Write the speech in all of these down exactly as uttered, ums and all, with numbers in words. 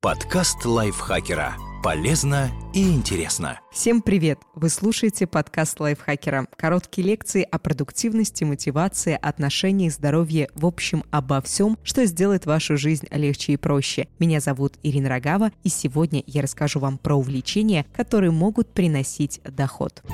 Подкаст лайфхакера. Полезно и интересно. Всем привет! Вы слушаете подкаст лайфхакера. Короткие лекции о продуктивности, мотивации, отношениях, здоровье, в общем, обо всем, что сделает вашу жизнь легче и проще. Меня зовут Ирина Рогава, и сегодня я расскажу вам про увлечения, которые могут приносить доход.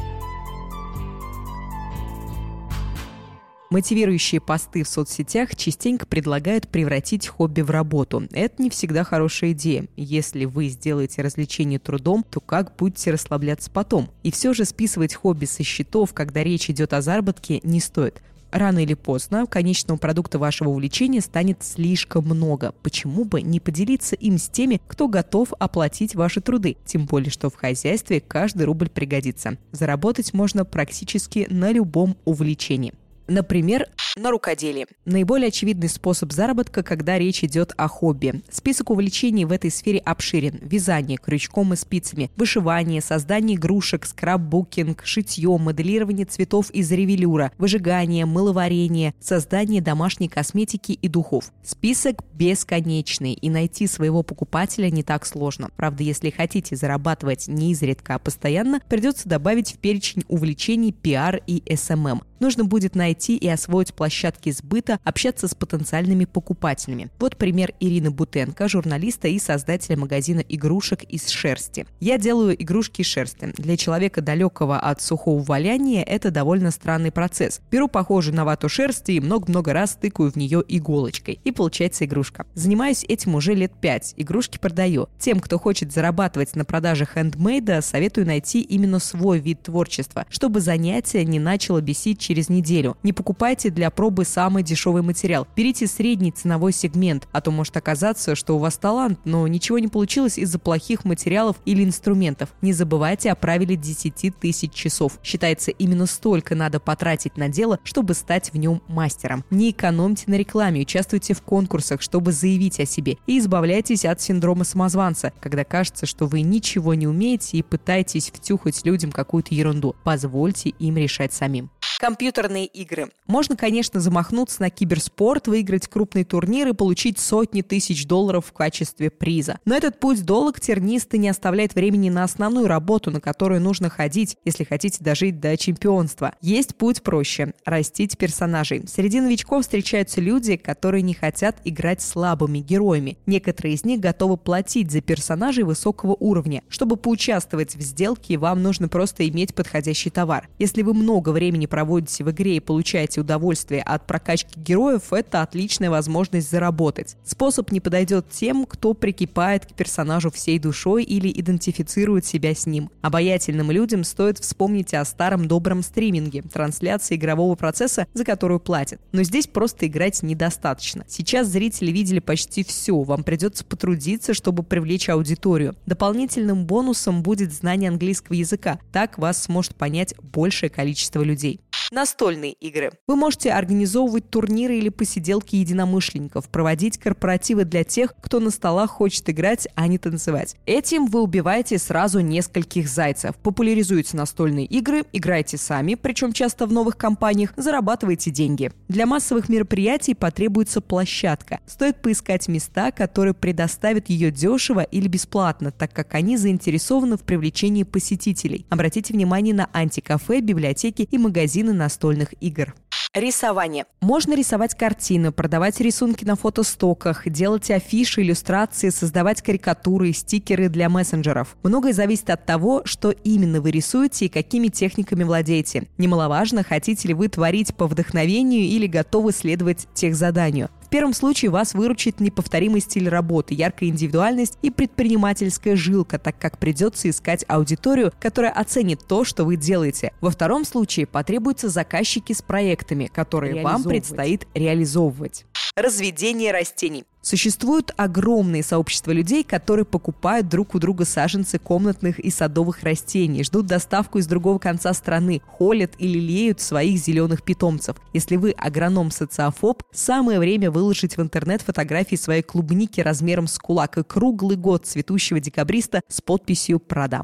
Мотивирующие посты в соцсетях частенько предлагают превратить хобби в работу. Это не всегда хорошая идея. Если вы сделаете развлечение трудом, то как будете расслабляться потом? И все же списывать хобби со счетов, когда речь идет о заработке, не стоит. Рано или поздно конечного продукта вашего увлечения станет слишком много. Почему бы не поделиться им с теми, кто готов оплатить ваши труды? Тем более, что в хозяйстве каждый рубль пригодится. Заработать можно практически на любом увлечении. Например, на рукоделии. Наиболее очевидный способ заработка, когда речь идет о хобби. Список увлечений в этой сфере обширен. Вязание крючком и спицами, вышивание, создание игрушек, скрапбукинг, шитье, моделирование цветов из ревелюра, выжигание, мыловарение, создание домашней косметики и духов. Список бесконечный, и найти своего покупателя не так сложно. Правда, если хотите зарабатывать не изредка, а постоянно, придется добавить в перечень увлечений пиар и эс эм эм. Нужно будет найти и освоить площадки сбыта, общаться с потенциальными покупателями. Вот пример Ирины Бутенко, журналиста и создателя магазина игрушек из шерсти. Я делаю игрушки из шерсти. Для человека, далекого от сухого валяния, это довольно странный процесс. Беру похожую на вату шерсти и много-много раз тыкаю в нее иголочкой. И получается игрушка. Занимаюсь этим уже лет пять. Игрушки продаю. Тем, кто хочет зарабатывать на продаже хендмейда, советую найти именно свой вид творчества, чтобы занятие не начало бесить через неделю. Не покупайте для пробы самый дешевый материал. Берите средний ценовой сегмент, а то может оказаться, что у вас талант, но ничего не получилось из-за плохих материалов или инструментов. Не забывайте о правиле десять тысяч часов. Считается, именно столько надо потратить на дело, чтобы стать в нем мастером. Не экономьте на рекламе, участвуйте в конкурсах, чтобы заявить о себе, и избавляйтесь от синдрома самозванца, когда кажется, что вы ничего не умеете и пытаетесь втюхать людям какую-то ерунду. Позвольте им решать самим. Компьютерные игры. Можно, конечно, замахнуться на киберспорт, выиграть крупный турнир и получить сотни тысяч долларов в качестве приза. Но этот путь долг, тернист и не оставляет времени на основную работу, на которую нужно ходить, если хотите дожить до чемпионства. Есть путь проще – растить персонажей. Среди новичков встречаются люди, которые не хотят играть слабыми героями. Некоторые из них готовы платить за персонажей высокого уровня. Чтобы поучаствовать в сделке, вам нужно просто иметь подходящий товар. Если вы много времени проводите Проводите в игре и получаете удовольствие от прокачки героев, это отличная возможность заработать. Способ не подойдет тем, кто прикипает к персонажу всей душой или идентифицирует себя с ним. Обаятельным людям стоит вспомнить о старом добром стриминге, трансляции игрового процесса, за которую платят. Но здесь просто играть недостаточно. Сейчас зрители видели почти все, вам придется потрудиться, чтобы привлечь аудиторию. Дополнительным бонусом будет знание английского языка. Так вас сможет понять большее количество людей. Настольные игры. Вы можете организовывать турниры или посиделки единомышленников, проводить корпоративы для тех, кто на столах хочет играть, а не танцевать. Этим вы убиваете сразу нескольких зайцев. Популяризуете настольные игры, играете сами, причем часто в новых компаниях, зарабатываете деньги. Для массовых мероприятий потребуется площадка. Стоит поискать места, которые предоставят ее дешево или бесплатно, так как они заинтересованы в привлечении посетителей. Обратите внимание на антикафе, библиотеки и магазины настольных игр. Рисование. Можно рисовать картины, продавать рисунки на фотостоках, делать афиши, иллюстрации, создавать карикатуры, стикеры для мессенджеров. Многое зависит от того, что именно вы рисуете и какими техниками владеете. Немаловажно, хотите ли вы творить по вдохновению или готовы следовать техзаданию. В первом случае вас выручит неповторимый стиль работы, яркая индивидуальность и предпринимательская жилка, так как придется искать аудиторию, которая оценит то, что вы делаете. Во втором случае потребуются заказчики с проектами, которые вам предстоит реализовывать. Разведение растений. Существует огромное сообщество людей, которые покупают друг у друга саженцы комнатных и садовых растений, ждут доставку из другого конца страны, холят и лелеют своих зеленых питомцев. Если вы агроном-социофоб, самое время выложить в интернет фотографии своей клубники размером с кулак и круглый год цветущего декабриста с подписью «Продам».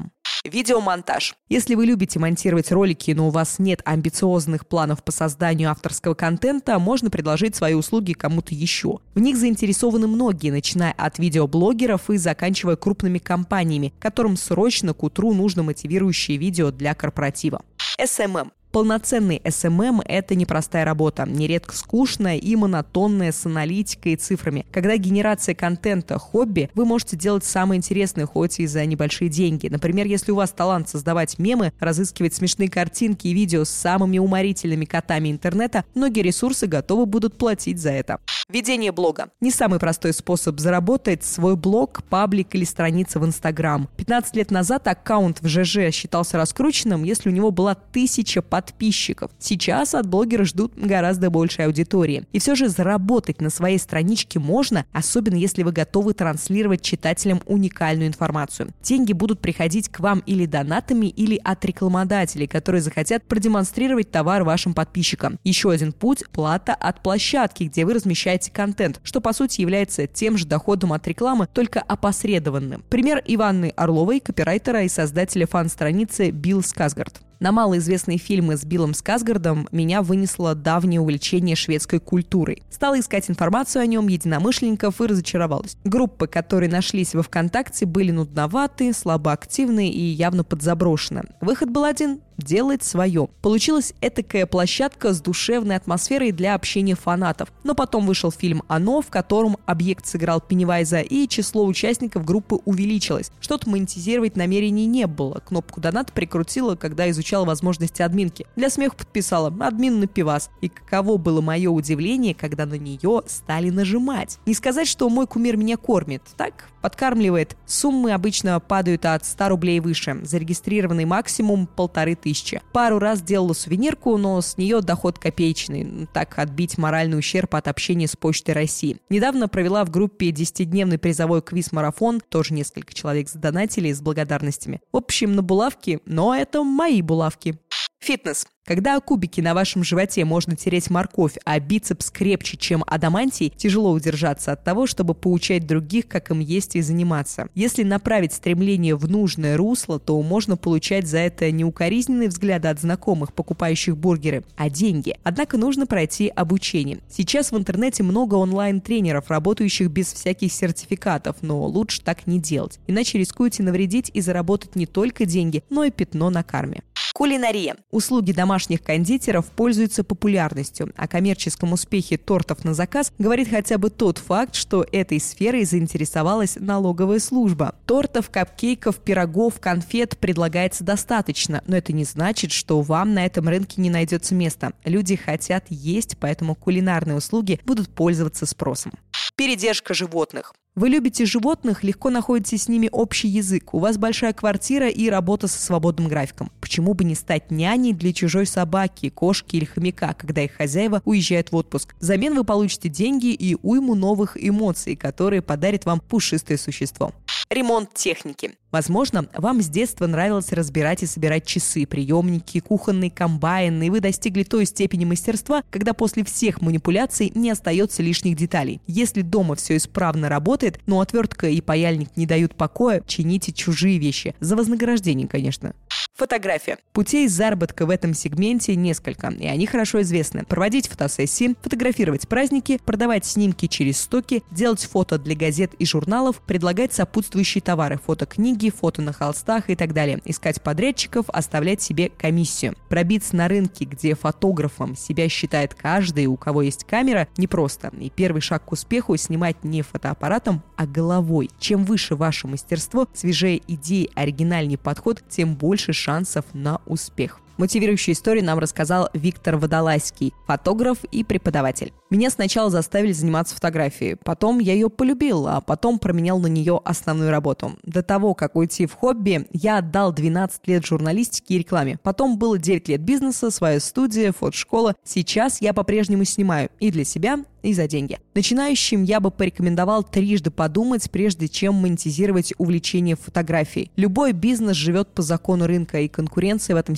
Видеомонтаж. Если вы любите монтировать ролики, но у вас нет амбициозных планов по созданию авторского контента, можно предложить свои услуги кому-то еще. В них заинтересованы многие, начиная от видеоблогеров и заканчивая крупными компаниями, которым срочно к утру нужно мотивирующее видео для корпоратива. эс эм эм. Полноценный эс эм эм – это непростая работа, нередко скучная и монотонная с аналитикой и цифрами. Когда генерация контента – хобби, вы можете делать самое интересное, хоть и за небольшие деньги. Например, если у вас талант создавать мемы, разыскивать смешные картинки и видео с самыми уморительными котами интернета, многие ресурсы готовы будут платить за это. Ведение блога. Не самый простой способ заработать свой блог, паблик или страница в Инстаграм. пятнадцать лет назад аккаунт в ЖЖ считался раскрученным, если у него была тысяча подписчиков. Сейчас от блогера ждут гораздо большей аудитории. И все же заработать на своей страничке можно, особенно если вы готовы транслировать читателям уникальную информацию. Деньги будут приходить к вам или донатами, или от рекламодателей, которые захотят продемонстрировать товар вашим подписчикам. Еще один путь – плата от площадки, где вы размещаете контент, что по сути является тем же доходом от рекламы, только опосредованным. Пример Иванны Орловой, копирайтера и создателя фан-страницы Билл Скарсгард. На малоизвестные фильмы с Биллом Скарсгардом меня вынесло давнее увлечение шведской культурой. Стала искать информацию о нем, единомышленников и разочаровалась. Группы, которые нашлись во ВКонтакте, были нудноваты, слабоактивны и явно подзаброшены. Выход был один – делать свое. Получилась этакая площадка с душевной атмосферой для общения фанатов. Но потом вышел фильм «Оно», в котором объект сыграл Пеннивайза, и число участников группы увеличилось. Что-то монетизировать намерений не было. Кнопку «Донат» прикрутила, когда изучала возможности админки. Для смеха подписала «Админ на пивас». И каково было мое удивление, когда на нее стали нажимать. Не сказать, что мой кумир меня кормит. Так, подкармливает. Суммы обычно падают от ста рублей выше. Зарегистрированный максимум полторы тысячи. Пару раз делала сувенирку, но с нее доход копеечный. Так отбить моральный ущерб от общения с Почтой России. Недавно провела в группе десятидневный призовой квиз-марафон. Тоже несколько человек задонатили с благодарностями. В общем, на булавки, но это мои булавки. Фитнес. Когда кубики на вашем животе можно тереть морковь, а бицепс крепче, чем адамантий, тяжело удержаться от того, чтобы поучать других, как им есть и заниматься. Если направить стремление в нужное русло, то можно получать за это не укоризненные взгляды от знакомых, покупающих бургеры, а деньги. Однако нужно пройти обучение. Сейчас в интернете много онлайн-тренеров, работающих без всяких сертификатов, но лучше так не делать, иначе рискуете навредить и заработать не только деньги, но и пятно на карме. Кулинария. Услуги домашних кондитеров пользуются популярностью. О коммерческом успехе тортов на заказ говорит хотя бы тот факт, что этой сферой заинтересовалась налоговая служба. Тортов, капкейков, пирогов, конфет предлагается достаточно, но это не значит, что вам на этом рынке не найдется места. Люди хотят есть, поэтому кулинарные услуги будут пользоваться спросом. Передержка животных. Вы любите животных, легко находите с ними общий язык. У вас большая квартира и работа со свободным графиком. Почему бы не стать няней для чужой собаки, кошки или хомяка, когда их хозяева уезжают в отпуск? Взамен вы получите деньги и уйму новых эмоций, которые подарит вам пушистое существо. Ремонт техники. Возможно, вам с детства нравилось разбирать и собирать часы, приемники, кухонные комбайны, и вы достигли той степени мастерства, когда после всех манипуляций не остается лишних деталей. Если дома все исправно работает, но отвертка и паяльник не дают покоя, чините чужие вещи. За вознаграждение, конечно. Фотография. Путей заработка в этом сегменте несколько, и они хорошо известны. Проводить фотосессии, фотографировать праздники, продавать снимки через стоки, делать фото для газет и журналов, предлагать сопутствующие товары, фотокниги, фото на холстах и так далее. Искать подрядчиков, оставлять себе комиссию. Пробиться на рынке, где фотографом себя считает каждый, у кого есть камера, непросто. И первый шаг к успеху – снимать не фотоаппаратом, а головой. Чем выше ваше мастерство, свежее идеи, оригинальней подход, тем больше шансов на успех. Мотивирующую историю нам рассказал Виктор Водолазский, фотограф и преподаватель. Меня сначала заставили заниматься фотографией, потом я ее полюбил, а потом променял на нее основную работу. До того, как уйти в хобби, я отдал двенадцать лет журналистике и рекламе. Потом было девять лет бизнеса, своя студия, фотошкола. Сейчас я по-прежнему снимаю и для себя, и за деньги. Начинающим я бы порекомендовал трижды подумать, прежде чем монетизировать увлечение фотографией. Любой бизнес живет по закону рынка, и конкуренция в этом сегменте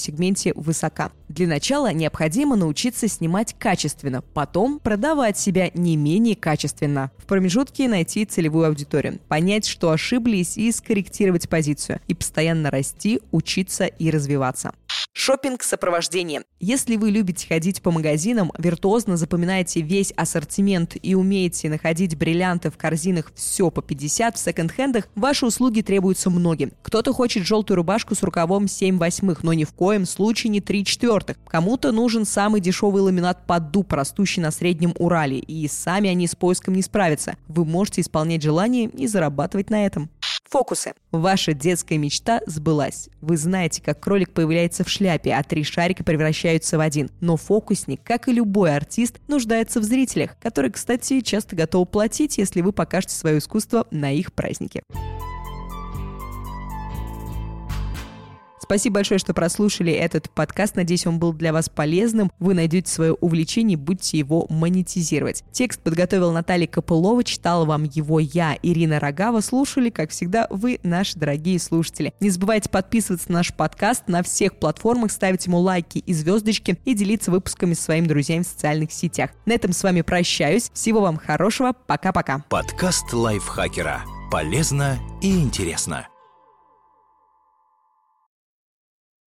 работе высока. Для начала необходимо научиться снимать качественно, потом продавать себя не менее качественно. В промежутке найти целевую аудиторию, понять, что ошиблись, и скорректировать позицию. И постоянно расти, учиться и развиваться. Шоппинг-сопровождение. Если вы любите ходить по магазинам, виртуозно запоминаете весь ассортимент и умеете находить бриллианты в корзинах все по пятьдесят в секонд-хендах, ваши услуги требуются многим. Кто-то хочет желтую рубашку с рукавом семь восьмых, но ни в коем случае не три четвертых. Кому-то нужен самый дешевый ламинат под дуб, растущий на Среднем Урале, и сами они с поиском не справятся. Вы можете исполнять желание и зарабатывать на этом. Фокусы. Ваша детская мечта сбылась. Вы знаете, как кролик появляется в шляпе, а три шарика превращаются в один. Но фокусник, как и любой артист, нуждается в зрителях, которые, кстати, часто готовы платить, если вы покажете свое искусство на их празднике. Спасибо большое, что прослушали этот подкаст. Надеюсь, он был для вас полезным. Вы найдете свое увлечение и будете его монетизировать. Текст подготовила Наталья Копылова, читала вам его я, Ирина Рогава. Слушали, как всегда, вы, наши дорогие слушатели. Не забывайте подписываться на наш подкаст на всех платформах, ставить ему лайки и звездочки и делиться выпусками с своими друзьями в социальных сетях. На этом с вами прощаюсь. Всего вам хорошего. Пока-пока. Подкаст лайфхакера. Полезно и интересно.